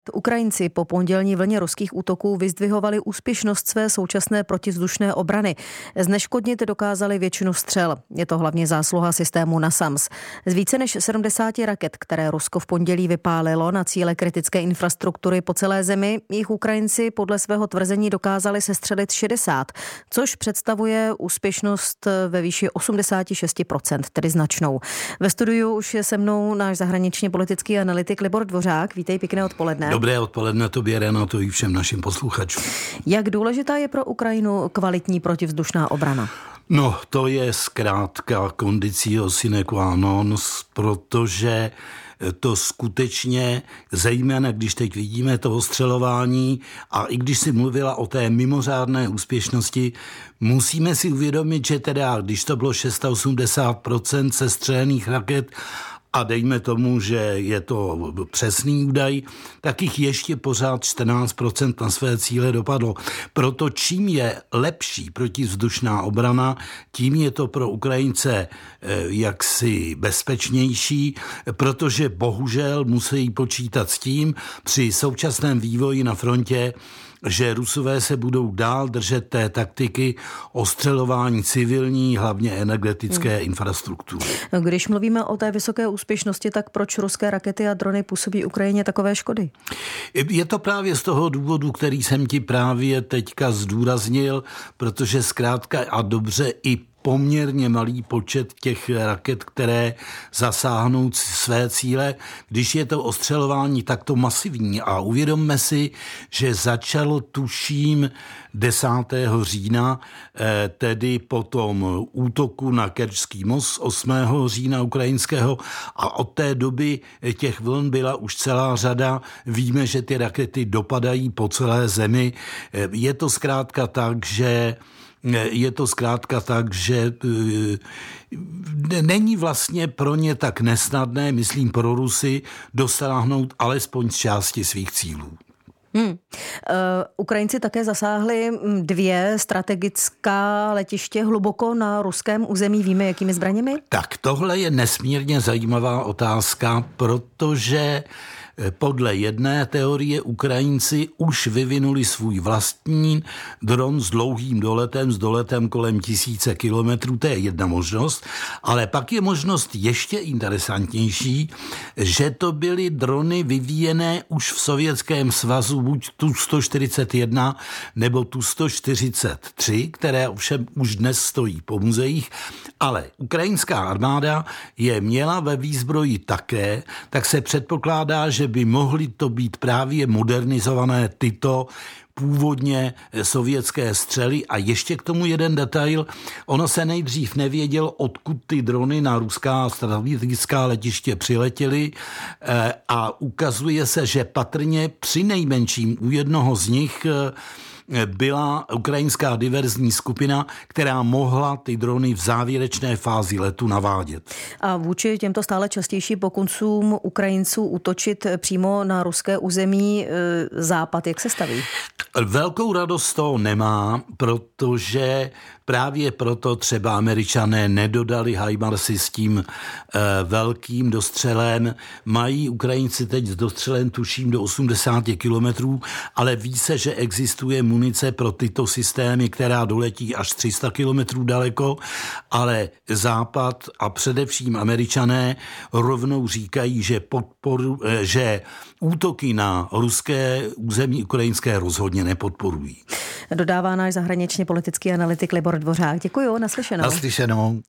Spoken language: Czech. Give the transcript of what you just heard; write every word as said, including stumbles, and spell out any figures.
Ukrajinci po pondělní vlně ruských útoků vyzdvihovali úspěšnost své současné protivzdušné obrany. Zneškodnit dokázali většinu střel. Je to hlavně zásluha systému NASAMS. Z více než sedmdesáti raket, které Rusko v pondělí vypálilo na cíle kritické infrastruktury po celé zemi, jich Ukrajinci podle svého tvrzení dokázali sestřelit šedesát, což představuje úspěšnost ve výši osmdesát šest procent, tedy značnou. Ve studiu už je se mnou náš zahraničně politický analytik Libor Dvořák. Vítej, pěkné odpoledne. Dobré odpoledne tobě, Renato, i všem našim posluchačům. Jak důležitá je pro Ukrajinu kvalitní protivzdušná obrana? No, to je zkrátka condicio sine qua non, protože to skutečně, zejména když teď vidíme to ostřelování a i když si mluvila o té mimořádné úspěšnosti, musíme si uvědomit, že teda, když to bylo osmdesát šest procent sestřelených raket, a dejme tomu, že je to přesný údaj, tak jich ještě pořád čtrnáct procent na své cíle dopadlo. Proto čím je lepší protivzdušná obrana, tím je to pro Ukrajince jaksi bezpečnější, protože bohužel musí počítat s tím při současném vývoji na frontě, že Rusové se budou dál držet té taktiky ostřelování civilní, hlavně energetické hmm. infrastruktury. Když mluvíme o té vysoké úspěšnosti, tak proč ruské rakety a drony působí Ukrajině takové škody? Je to právě z toho důvodu, který jsem ti právě teďka zdůraznil, protože zkrátka a dobře i poměrně malý počet těch raket, které zasáhnou své cíle, když je to ostřelování takto masivní. A uvědomme si, že začalo tuším desátého října, tedy po tom útoku na Kerčský most osmého října ukrajinského, a od té doby těch vln byla už celá řada. Víme, že ty rakety dopadají po celé zemi. Je to zkrátka tak, že Je to zkrátka tak, že není vlastně pro ně tak nesnadné, myslím pro Rusy, dosáhnout alespoň z části svých cílů. Hmm. Uh, Ukrajinci také zasáhli dvě strategická letiště hluboko na ruském území. Víme, jakými zbraněmi? Tak tohle je nesmírně zajímavá otázka, protože podle jedné teorie Ukrajinci už vyvinuli svůj vlastní dron s dlouhým doletem, s doletem kolem tisíce kilometrů, to je jedna možnost, ale pak je možnost ještě interesantnější, že to byly drony vyvíjené už v Sovětském svazu, buď tu sto čtyřicet jedna nebo tu sto čtyřicet tři, které ovšem už dnes stojí po muzeích, ale ukrajinská armáda je měla ve výzbroji také, tak se předpokládá, že by mohly to být právě modernizované tyto původně sovětské střely. A ještě k tomu jeden detail. Ono se nejdřív nevěděl, odkud ty drony na ruská strategická letiště přiletěly, a ukazuje se, že patrně při nejmenším u jednoho z nich byla ukrajinská diverzní skupina, která mohla ty drony v závěrečné fázi letu navádět. A vůči těmto stále častější pokusům Ukrajinců útočit přímo na ruské území Západ, jak se staví? Velkou radost toho nemá, protože právě proto třeba Američané nedodali HIMARSy s tím e, velkým dostřelem. Mají Ukrajinci teď s dostřelem tuším do osmdesát kilometrů, ale ví se, že existuje munice pro tyto systémy, která doletí až tři sta kilometrů daleko, ale Západ a především Američané rovnou říkají, že, podporu, e, že útoky na ruské území ukrajinské rozhodně nepodporují. Dodává náš zahraničně politický analytik Libor Dvořák. Děkuju, naslyšenou. Naslyšenou.